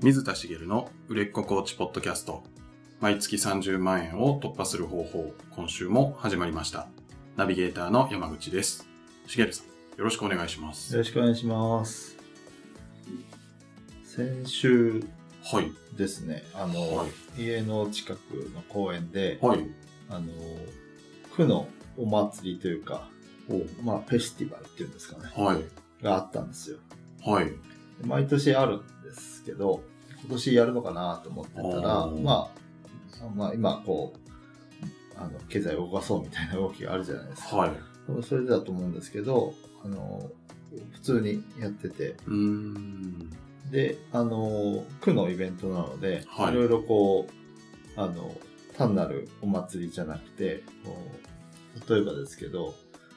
水田茂の売れっ子コーチポッドキャスト。毎月30万円を突破する方法。今週も始まりました。ナビゲーターの山口です。茂さん、よろしくお願いします。 よろしくお願いします。先週ですね、家の近くの公園で、区のお祭りというか、フェスティバルっていうんですかね、があったんですよ。毎年あるんですけど、今年やるのかなと思ってたら、今こう経済を動かそうみたいな動きがあるじゃないですか。それだと思うんですけど、普通にやってて、で区のイベントなので、いろいろこう単なるお祭りじゃなくて、例えばですけど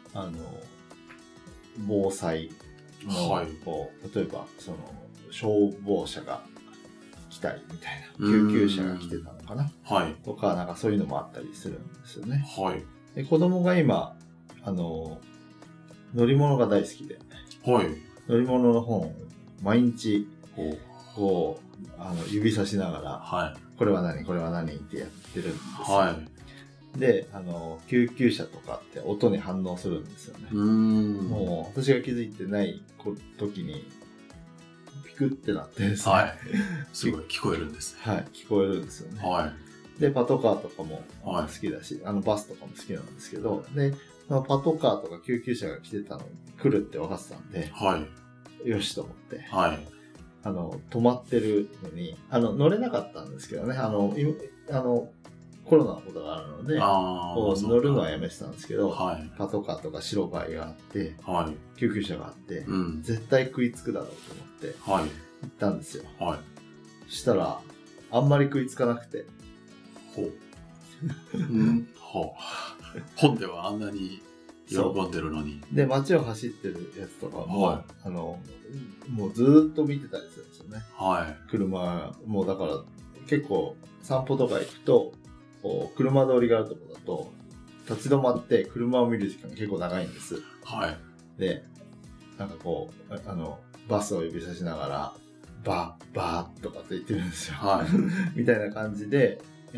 防災の、例えばその消防車が来たりみたいな、救急車が来てたのかな、とかなんかそういうのもあったりするんですよね。で子供が今乗り物が大好きで、乗り物の本を毎日こう指さしながら、これは何これは何ってやってるんですよ。で救急車とかって音に反応するんですよね。もう私が気づいてない時にピクってなってですね、 すごい聞こえるんですね。聞こえるんですよね。でパトカーとかも好きだし、バスとかも好きなんですけど、でパトカーとか救急車が来てたのに来るって分かってたんで、よしと思って、止まってるのに乗れなかったんですけどね、コロナのことがあるので乗るのはやめてたんですけど、パトカーとか白バイがあって、救急車があって、絶対食いつくだろうと思って行ったんですよ。そしたらあんまり食いつかなくて、 本ではあんなに喜んでるのに。 で街を走ってるやつとかも、もうずーっと見てたりするんですよね。車もうだから結構散歩とか行くと車通りがあるところだと立ち止まって車を見る時間が結構長いんです。でなんかこうバスを指さしながらバーとかって言ってるんですよ。みたいな感じで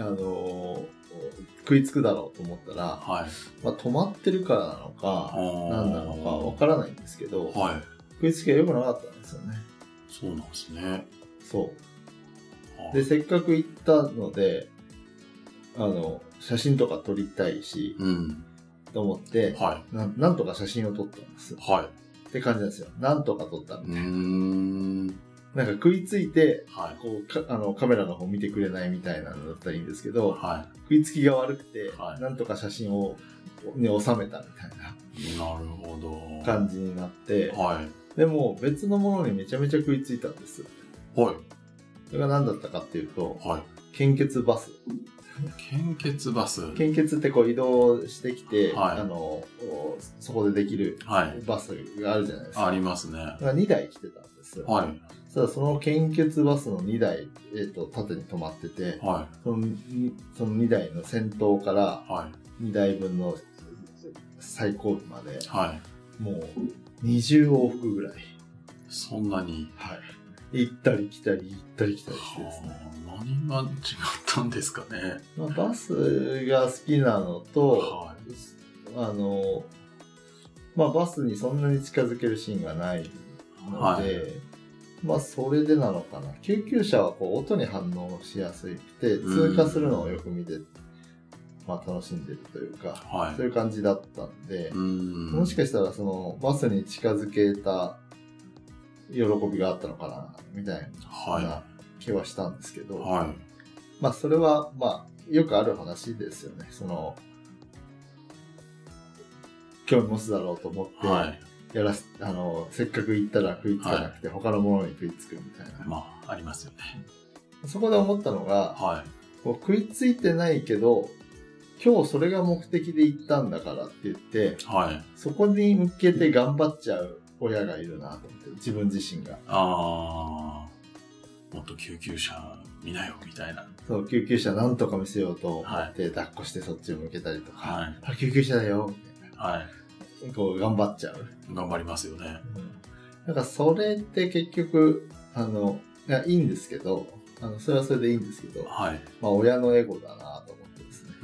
食いつくだろうと思ったら、止まってるからなのか何なのかわからないんですけど、食いつきが良くなかったんですよね。 そうなんですね。 でせっかく行ったので写真とか撮りたいし、と思って、なんとか写真を撮ったんです。って感じなんですよ。なんとか撮ったみたいな。なんか食いついて、こうカメラの方見てくれないみたいなのだったらいいんですけど、食いつきが悪くて、なんとか写真を、収めたみたいな感じになって、でも別のものにめちゃめちゃ食いついたんです。それが何だったかっていうと、献血バス。献血ってこう移動してきて、そこでできるバスがあるじゃないですか。 ありますね。 2台来てたんですよ。ただその献血バスの2台、縦に止まってて、その2台の先頭から2台分の最後尾まで、もう20往復ぐらい。 そんなに。 行ったり来たりしてですね。 何が違ったんですかね。 バスが好きなのと、バスにそんなに近づけるシーンがないので、それでなのかな。救急車はこう音に反応しやすくて、通過するのをよく見て、楽しんでるというか、そういう感じだったんで、もしかしたらそのバスに近づけた喜びがあったのかなみたいな気はしたんですけど、それはよくある話ですよね。その興味持つだろうと思って、せっかく行ったら食いつかなくて、他のものに食いつくみたいな、 ありますよね。 そこで思ったのが、こう食いついてないけど今日それが目的で行ったんだからって言って、そこに向けて頑張っちゃう親がいるなと思って、自分自身がもっと救急車見なよみたいな。 そう救急車なんとか見せようと思って抱っこしてそっちを向けたりとか、救急車だよみたいな、こう頑張っちゃう。 頑張りますよね。 なんかそれって結局や、いいんですけど、それはそれでいいんですけど、 はい。 まあ、親のエゴだなと思ってですね。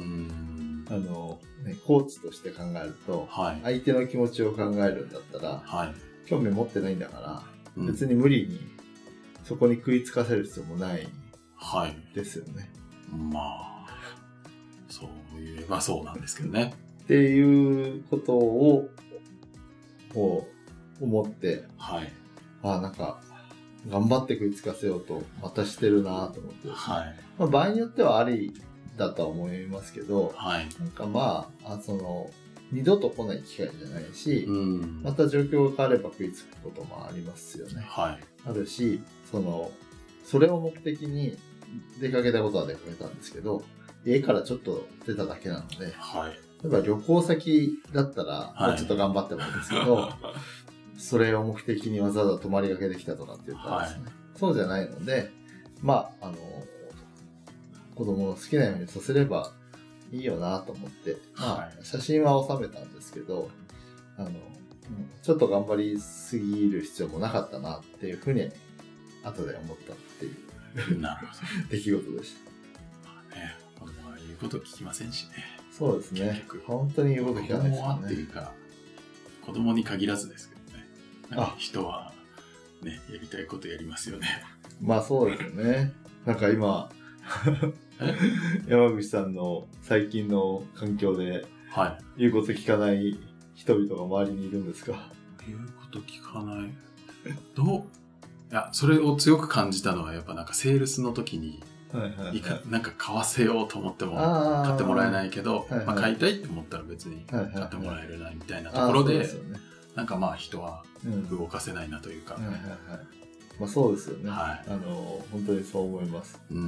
コーチとして考えると、はい、相手の気持ちを考えるんだったら、はい、興味持ってないんだから、別に無理にそこに食いつかせる必要もないですよね。 まあ、そう言えばそうなんですけどね。 っていうことを、こう、思って、はい、なんか、頑張って食いつかせようとまたしてるなと思って、はい、まあ、場合によってはありだとは思いますけど、はい、なんかまあ、二度と来ない機会じゃないし、また状況が変われば食いつくこともありますよね。はい、あるし、それを目的に出かけたことは出かけたんですけど、家からちょっと出ただけなので、はい、例えば旅行先だったら、もうちょっと頑張ってもいいんですけど、それを目的にわざわざ泊まりがけできたとかって言ったらですね、そうじゃないので、まあ、子供の好きなようにさせればいいよなと思って、まあ、写真は収めたんですけど、ちょっと頑張りすぎる必要もなかったなっていうふうに、後で思ったっていうなるほど出来事でした。 まあね、子供は言うこと聞きませんしね。 そうですね。本当に言うこと聞かないですよね。 子供はっていうか、子供に限らずですけどね。人はね、やりたいことやりますよね。 まあそうですよね。なんか今、山口さんの最近の環境で、はい、言うこと聞かない人々が周りにいるんですか？ 言うこと聞かない。いや、それを強く感じたのはやっぱなんかセールスの時に、なんか買わせようと思っても買ってもらえないけど、まあ買いたいって思ったら別に買ってもらえるなみたいなところで、なんかまあ人は動かせないなというか。 まあそうですよね。はい、本当にそう思います。はい。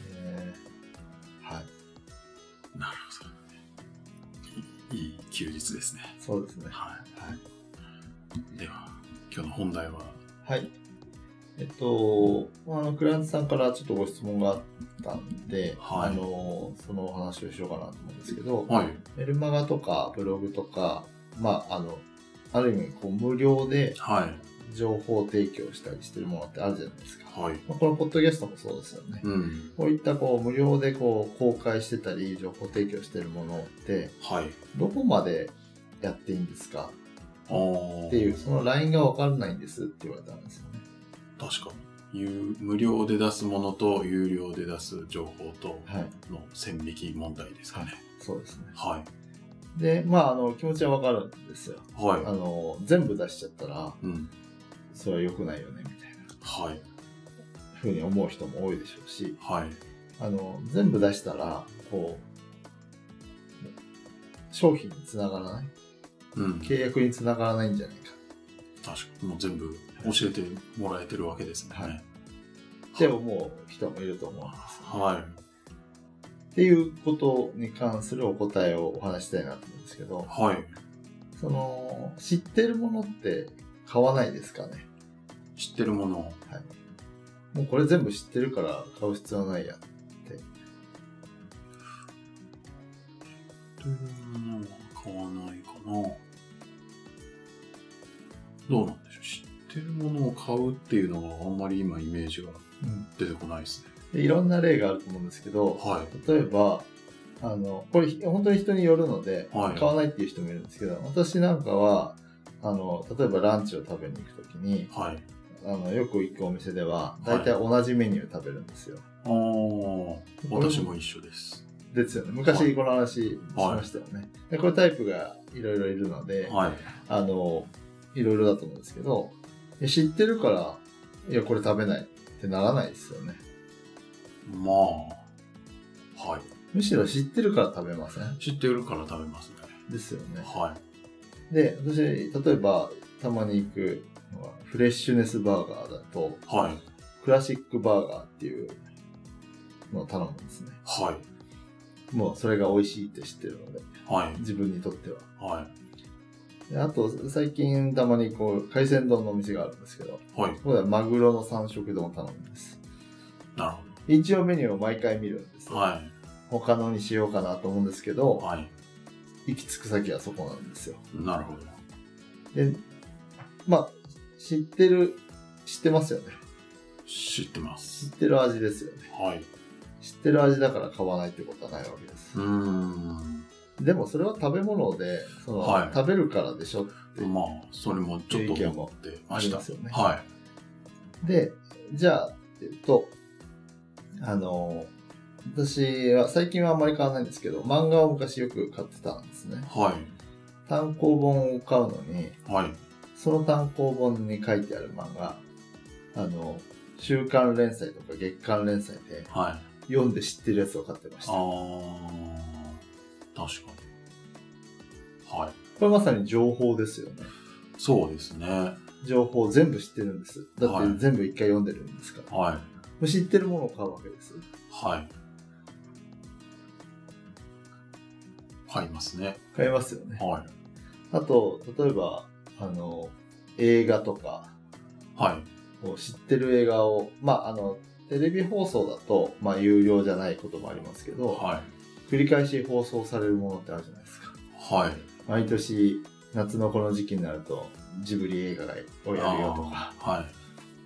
なるほど。いい休日ですね。 そうですね。 はい。では、今日の本題は？ はい。クライアントさんからちょっとご質問があったんで、はい、そのお話をしようかなと思うんですけど、はい、メルマガとかブログとか、まあ、ある意味こう無料で情報提供したりしてるものってあるじゃないですか。はい、まあ、このポッドキャストもそうですよね。こういったこう無料でこう公開してたり情報提供してるものって、はい、どこまでやっていいんですかっていう、そのラインが分からないんですって言われたんですよね。 確かに無料で出すものと有料で出す情報との線引き問題ですかね。はい、 そうですね。 はい。 で、まあ気持ちはわかるんですよ。はい。全部出しちゃったら、それは良くないよねみたいな。はい。ふうに思う人も多いでしょうし、はい。全部出したらこう商品につながらない、契約につながらないんじゃないか。 確かにもう全部教えてもらえてるわけですね。はい。 って思う人もいると思うんですよ、ね。 はい。 っていうことに関するお答えをお話したいなと思うんですけど、はい。知ってるものって買わないですかね？ 知ってるもの。はい。 もうこれ全部知ってるから買う必要ないやって。 知ってるものは買わないかな。どうなんでしょう。知ってるものを買うっていうのはあんまり今イメージが出てこないですね。 でいろんな例があると思うんですけど、はい、例えばこれ本当に人によるので、はい、買わないっていう人もいるんですけど、私なんかは例えばランチを食べに行くときに、はい、よく行くお店では大体同じメニュー食べるんですよ。はい、 私も一緒です。 ですよね。昔この話しましたよね。はい、でこれタイプがいろいろいるので、はい、いろいろだと思うんですけど、知ってるから、いや、これ食べないってならないですよね。 まあ、はい。 むしろ知ってるから食べません？ 知ってるから食べますね。 ですよね。 はい。 で、私、例えば、たまに行くのは、フレッシュネスバーガーだと、はい。クラシックバーガーっていうのを頼むんですね。はい。もう、それが美味しいって知ってるので、はい。自分にとっては。はい。であと最近たまにこう海鮮丼のお店があるんですけど、はい、ここではマグロの三色丼を頼むんです。 なるほど。 一応メニューを毎回見るんですよ。はい、他のにしようかなと思うんですけど、はい、行き着く先はそこなんですよ。 なるほど。 で、まあ知ってますよね。 知ってます。 知ってる味ですよね。 はい。 知ってる味だから買わないってことはないわけです。でもそれは食べ物で、はい、食べるからでしょって。 まあ、それもちょっと思ってました。 ありますよね。 はい。 で、じゃあ、私は、最近はあんまり買わないんですけど、漫画を昔よく買ってたんですね。 はい。 単行本を買うのに、 はい。 その単行本に書いてある漫画、週刊連載とか月刊連載で、はい、読んで知ってるやつを買ってました。 確かに。はい。 これまさに情報ですよね。 そうですね。 情報全部知ってるんです。だって全部一回読んでるんですから。はい。知ってるものを買うわけです。 はい。買いますね。 買いますよね。 はい。 あと、例えば、映画とか、 はい。 知ってる映画を、テレビ放送だと、有料じゃないこともありますけど、はい。繰り返し放送されるものってあるじゃないですか。 はい。 毎年、夏のこの時期になると、ジブリ映画をやるよとか、はい。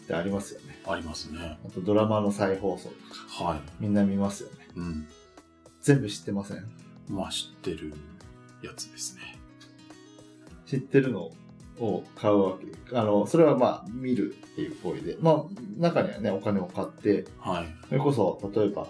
ってありますよね。 ありますね。 あとドラマの再放送とか、はい。みんな見ますよね。うん。全部知ってません？ 知ってるやつですね。 知ってるのを買うわけ。それは見るっていう行為で、中にはね、お金を買って、はい。それこそ、例えば、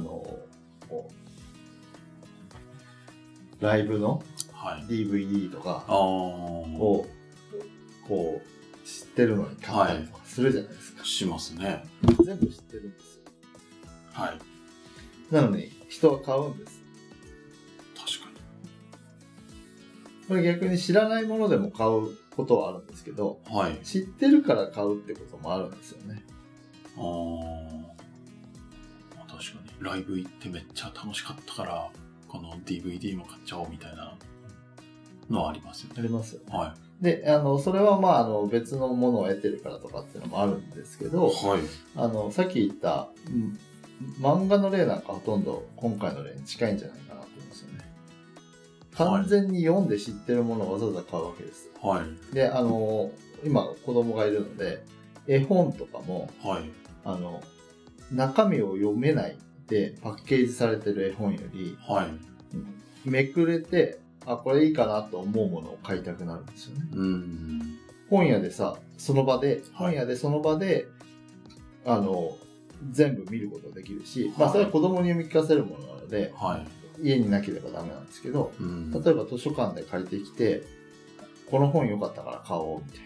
ライブの DVD とかを、こう、知ってるのに買ったりとかするじゃないですか。はい、 しますね。 全部知ってるんですよ。 はい。 なのに、人は買うんです。 確かに。 これ逆に知らないものでも買うことはあるんですけど、はい、知ってるから買うってこともあるんですよね。 確かに。ライブ行ってめっちゃ楽しかったから、この DVD も買っちゃおうみたいなのはありますよね。 ありますよね。 はい。 で、それは別のものを得てるからとかっていうのもあるんですけど、はい。さっき言った、漫画の例なんかほとんど今回の例に近いんじゃないかなと思うんですよね。完全に読んで知ってるものをわざわざ買うわけです。はい。で、今子供がいるので、絵本とかも、はい。中身を読めないでパッケージされてる絵本より、はい。めくれて、これいいかなと思うものを買いたくなるんですよね。本屋でその場で、全部見ることができるし、それは子供に読み聞かせるものなので、はい、家になければダメなんですけど、例えば図書館で借りてきて、この本良かったから買おうみたい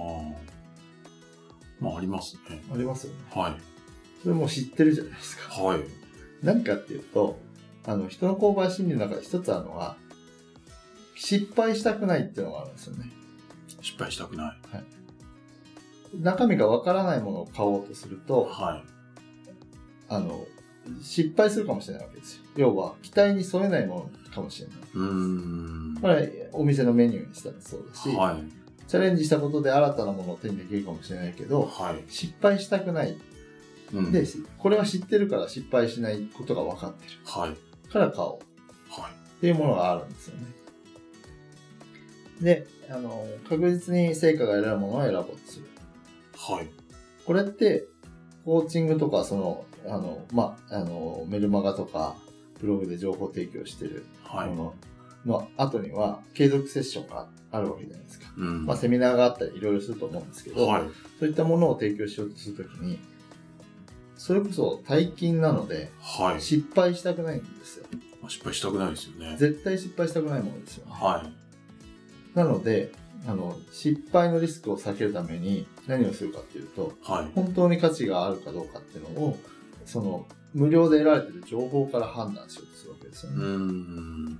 な。ありますね。 ありますよね。 はい。 それも知ってるじゃないですか。 はい。 何かっていうと、人の購買心理の中で一つあるのは、失敗したくないっていうのがあるんですよね。 失敗したくない。はい。 中身がわからないものを買おうとすると、はい。失敗するかもしれないわけですよ。要は、期待に添えないものかもしれない。これ、お店のメニューにしたらそうだし、はい。チャレンジしたことで新たなものを手にできるかもしれないけど、はい。失敗したくない。で、これは知ってるから失敗しないことが分かってる。はい。から買おう。はい。っていうものがあるんですよね。で、確実に成果が得られるものを選ぼうとする。はい。これって、コーチングとか、メルマガとか、ブログで情報提供してるものの後には、継続セッションがあるわけじゃないですか。セミナーがあったりいろいろすると思うんですけど、はい、そういったものを提供しようとするときに、それこそ大金なので、はい、失敗したくないんですよ。 失敗したくないですよね。 絶対失敗したくないものですよね。 はい。 なので、失敗のリスクを避けるために何をするかっていうと、はい、本当に価値があるかどうかっていうのを、無料で得られている情報から判断しようとするわけですよね。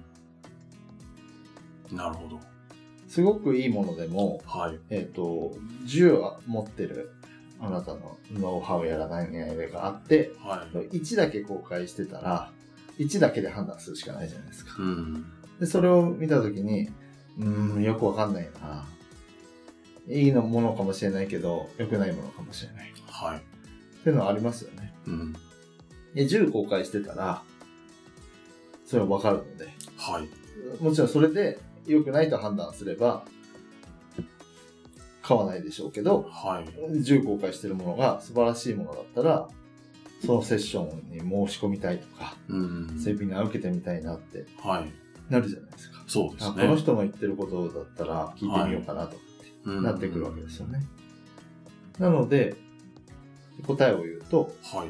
なるほど。 すごくいいものでも、はい、10は持ってるあなたのノウハウやら何やらがあって、はい、1だけ公開してたら、1だけで判断するしかないじゃないですか。でそれを見たときに、よくわかんないな。いいものかもしれないけど、良くないものかもしれない。はい。っていうのはありますよね。で10公開してたら、それはわかるので。はい。もちろんそれで良くないと判断すれば、 買わないでしょうけど、はい、10公開してるものが素晴らしいものだったら、そのセッションに申し込みたいとか、セミナー受けてみたいなってなるじゃないですか。 そうですね。 この人の言ってることだったら聞いてみようかなとかってなってくるわけですよね。なので、答えを言うと、はい、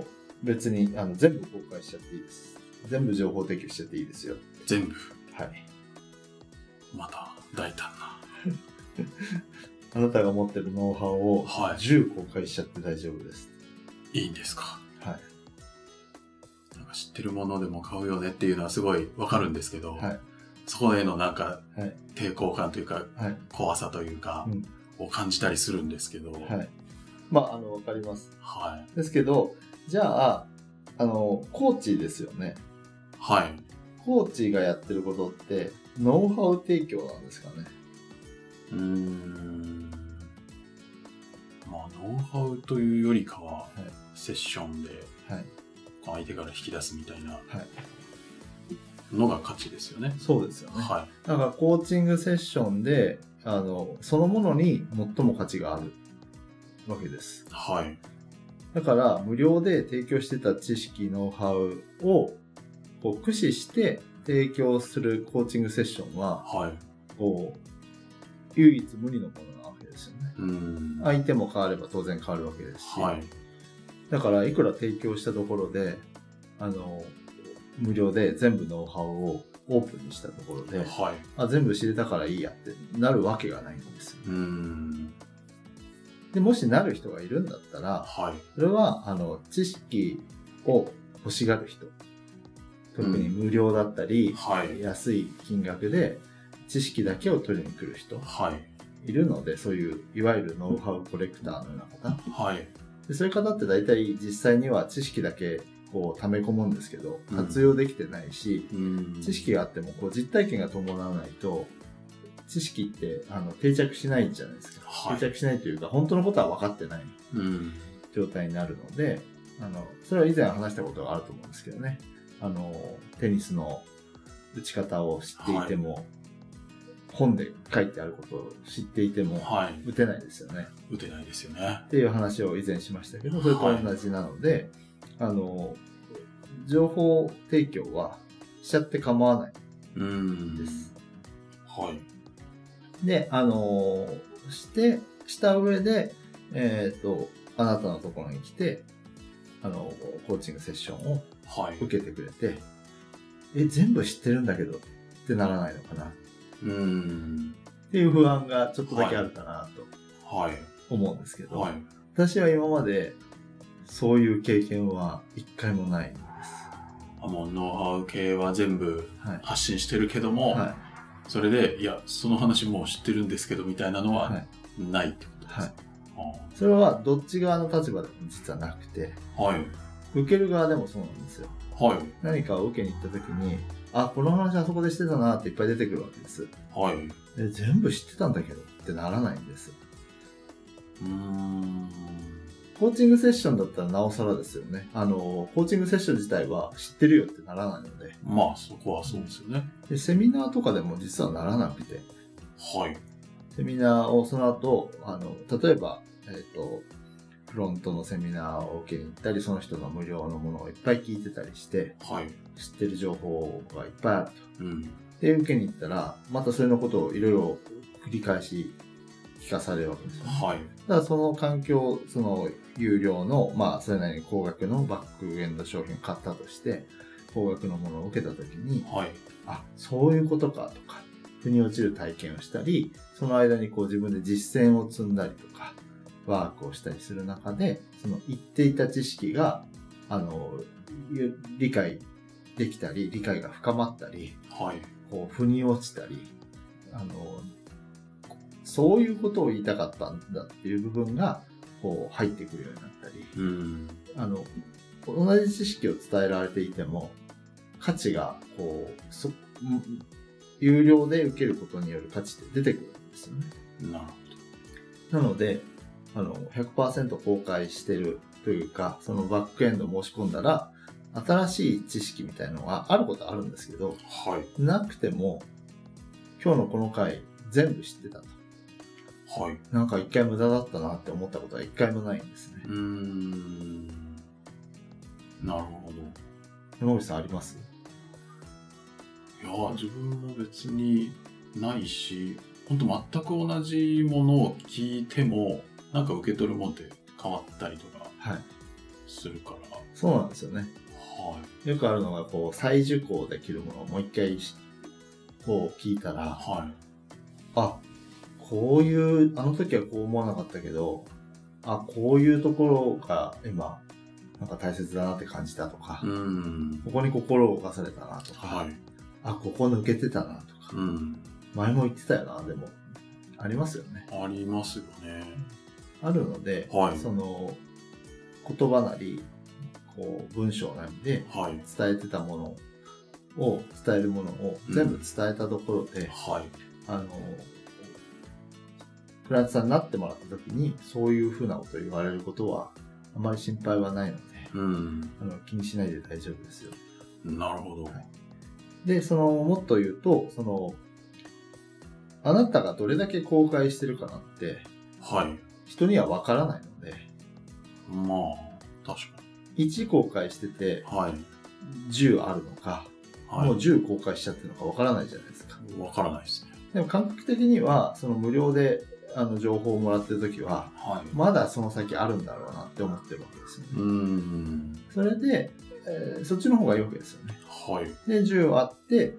別に全部公開しちゃっていいです。全部情報提供しちゃっていいですよ。 全部。 はい。 また大胆な。 あなたが持ってるノウハウを10公開しちゃって大丈夫です。 いいんですか？ はい。 なんか知ってるものでも買うよねっていうのはすごいわかるんですけど、はい、そこへのなんか抵抗感というか、はい、怖さというか、を感じたりするんですけど。はい。 まあ、わかります。はい。ですけど、じゃあ、コーチですよね。 はい。 コーチがやってることって、ノウハウ提供なんですかね。 まあ、ノウハウというよりかは、はい、セッションで、はい、相手から引き出すみたいなのが価値ですよね。 そうですよね。はい。だからコーチングセッションで、そのものに最も価値があるわけです。はい。だから無料で提供してた知識、ノウハウをこう駆使して提供するコーチングセッションは、はい、こう唯一無二のものなわけですよね。相手も変われば当然変わるわけですし、はい、だからいくら提供したところで無料で全部ノウハウをオープンにしたところで、はい、全部知れたからいいやってなるわけがないんですよ。でもしなる人がいるんだったら、はい、それは知識を欲しがる人、特に無料だったり、はい、安い金額で知識だけを取りに来る人、はい、いるので、そういういわゆるノウハウコレクターのような方、はい、でそういう方って大体実際には知識だけこう溜め込むんですけど活用できてないし、知識があってもこう実体験が伴わないと知識って定着しないじゃないですか、はい、定着しないというか本当のことは分かってない状態になるので、それは以前話したことがあると思うんですけどね、テニスの打ち方を知っていても、はい、本で書いてあることを知っていても、はい、打てないですよね。 打てないですよね。 っていう話を以前しましたけど、それと同じなので、はい、情報提供はしちゃって構わないです。はい。で、した上で、あなたのところに来て、コーチングセッションを受けてくれて、はい、全部知ってるんだけどってならないのかな。っていう不安がちょっとだけあるかなと思うんですけど、はいはい、私は今までそういう経験は一回もないんです。 もうノウハウ系は全部発信してるけども、はい、それでいやその話もう知ってるんですけどみたいなのはないってことですか？はいはい、それはどっち側の立場でも実はなくて、はい、受ける側でもそうなんですよ。はい、何かを受けに行った時にこの話あそこでしてたなっていっぱい出てくるわけです。はい。で全部知ってたんだけどってならないんです。コーチングセッションだったらなおさらですよね。コーチングセッション自体は知ってるよってならないので。 まあそこはそうですよね。 でセミナーとかでも実はならなくて。はい。セミナーをその後、例えば、フロントのセミナーを受けに行ったり、その人の無料のものをいっぱい聞いてたりして、はい、知ってる情報がいっぱいあると。うん、で、受けに行ったら、またそれのことをいろいろ繰り返し聞かされるわけですよね。はい、だからその環境、その有料の、それなりに高額のバックエンド商品を買ったとして、高額のものを受けたときに、はい、そういうことかとか、腑に落ちる体験をしたり、その間にこう自分で実践を積んだりとか、ワークをしたりする中で、その言っていた知識が、理解できたり、理解が深まったり、はい、こう腑に落ちたり、そういうことを言いたかったんだっていう部分が、こう入ってくるようになったり、同じ知識を伝えられていても、価値が、こう、有料で受けることによる価値って出てくるんですよね。なるほど。なので、100% 公開してるというか、そのバックエンド申し込んだら、新しい知識みたいなのがあることはあるんですけど、はい、なくても、今日のこの回全部知ってたと。 はい。 なんか一回無駄だったなって思ったことは一回もないんですね。 なるほど。 山口さんあります？ いや、自分も別にないし、本当全く同じものを聞いても、なんか受け取るもんで変わったりとかするから。はい、 そうなんですよね。はい。よくあるのが、こう、再受講できるものをもう一回、こう聞いたら、はい。あ、こういう、あの時はこう思わなかったけど、あ、こういうところが今、なんか大切だなって感じたとか、ここに心を動かされたなとか、はい、あ、ここ抜けてたなとか、前も言ってたよな、でも、ありますよね。 ありますよね。 あるので、はい、その、言葉なり、こう、文章なりで伝えてたものを、伝えるものを全部伝えたところで、はい、クライアントさんになってもらった時に、そういうふうなことを言われることは、あまり心配はないので、気にしないで大丈夫ですよ。 なるほど。はい、 で、もっと言うと、あなたがどれだけ公開してるかなんて、はい、人には分からないので、 まあ、確かに。1公開してて、はい、10あるのか、はい、もう10公開しちゃってるのか分からないじゃないですか。 分からないですね。 でも感覚的には、無料で、情報をもらってるときは、はい、まだその先あるんだろうなって思ってるわけですよね。それで、そっちの方がいいわけですよね。はい。で、10あって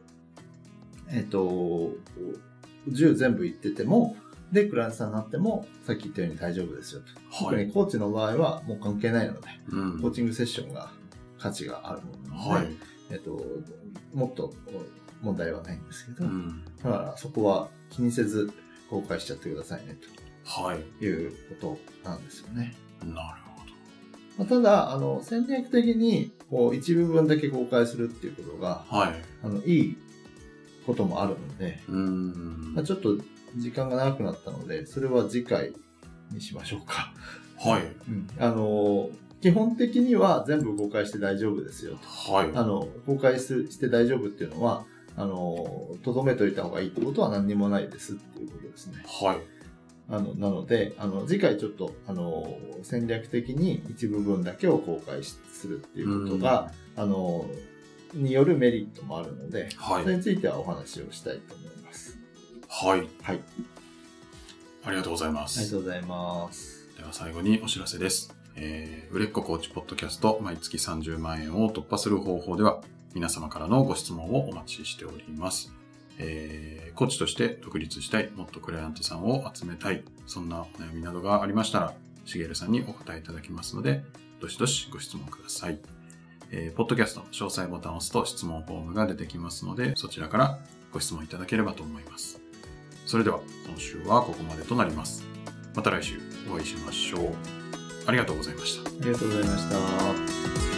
、10全部言ってても、で、クライアントさんになっても、さっき言ったように大丈夫ですよと。はい、特にコーチの場合はもう関係ないので、コーチングセッションが価値があるものなので、はい、もっと問題はないんですけど、だからそこは気にせず公開しちゃってくださいねと、はい、いうことなんですよね。 なるほど。 ただ戦略的にこう一部分だけ公開するっていうことが、はい、いいこともあるので、ちょっと時間が長くなったので、それは次回にしましょうか。はい。基本的には全部公開して大丈夫ですよと。はい。公開して大丈夫っていうのは、とどめといた方がいいってことは何にもないですっていうことですね。はい。なので、次回ちょっと、戦略的に一部分だけを公開するっていうことが、によるメリットもあるので、はい、それについてはお話をしたいと思います。 はい。はい。ありがとうございます。 ありがとうございます。 では最後にお知らせです。売れっ子コーチポッドキャスト毎月30万円を突破する方法では皆様からのご質問をお待ちしております。コーチとして独立したい、もっとクライアントさんを集めたい、そんなお悩みなどがありましたら、しげるさんにお答えいただきますので、どしどしご質問ください。ポッドキャストの詳細ボタンを押すと質問フォームが出てきますので、そちらからご質問いただければと思います。それでは今週はここまでとなります。また来週お会いしましょう。ありがとうございました。 ありがとうございました。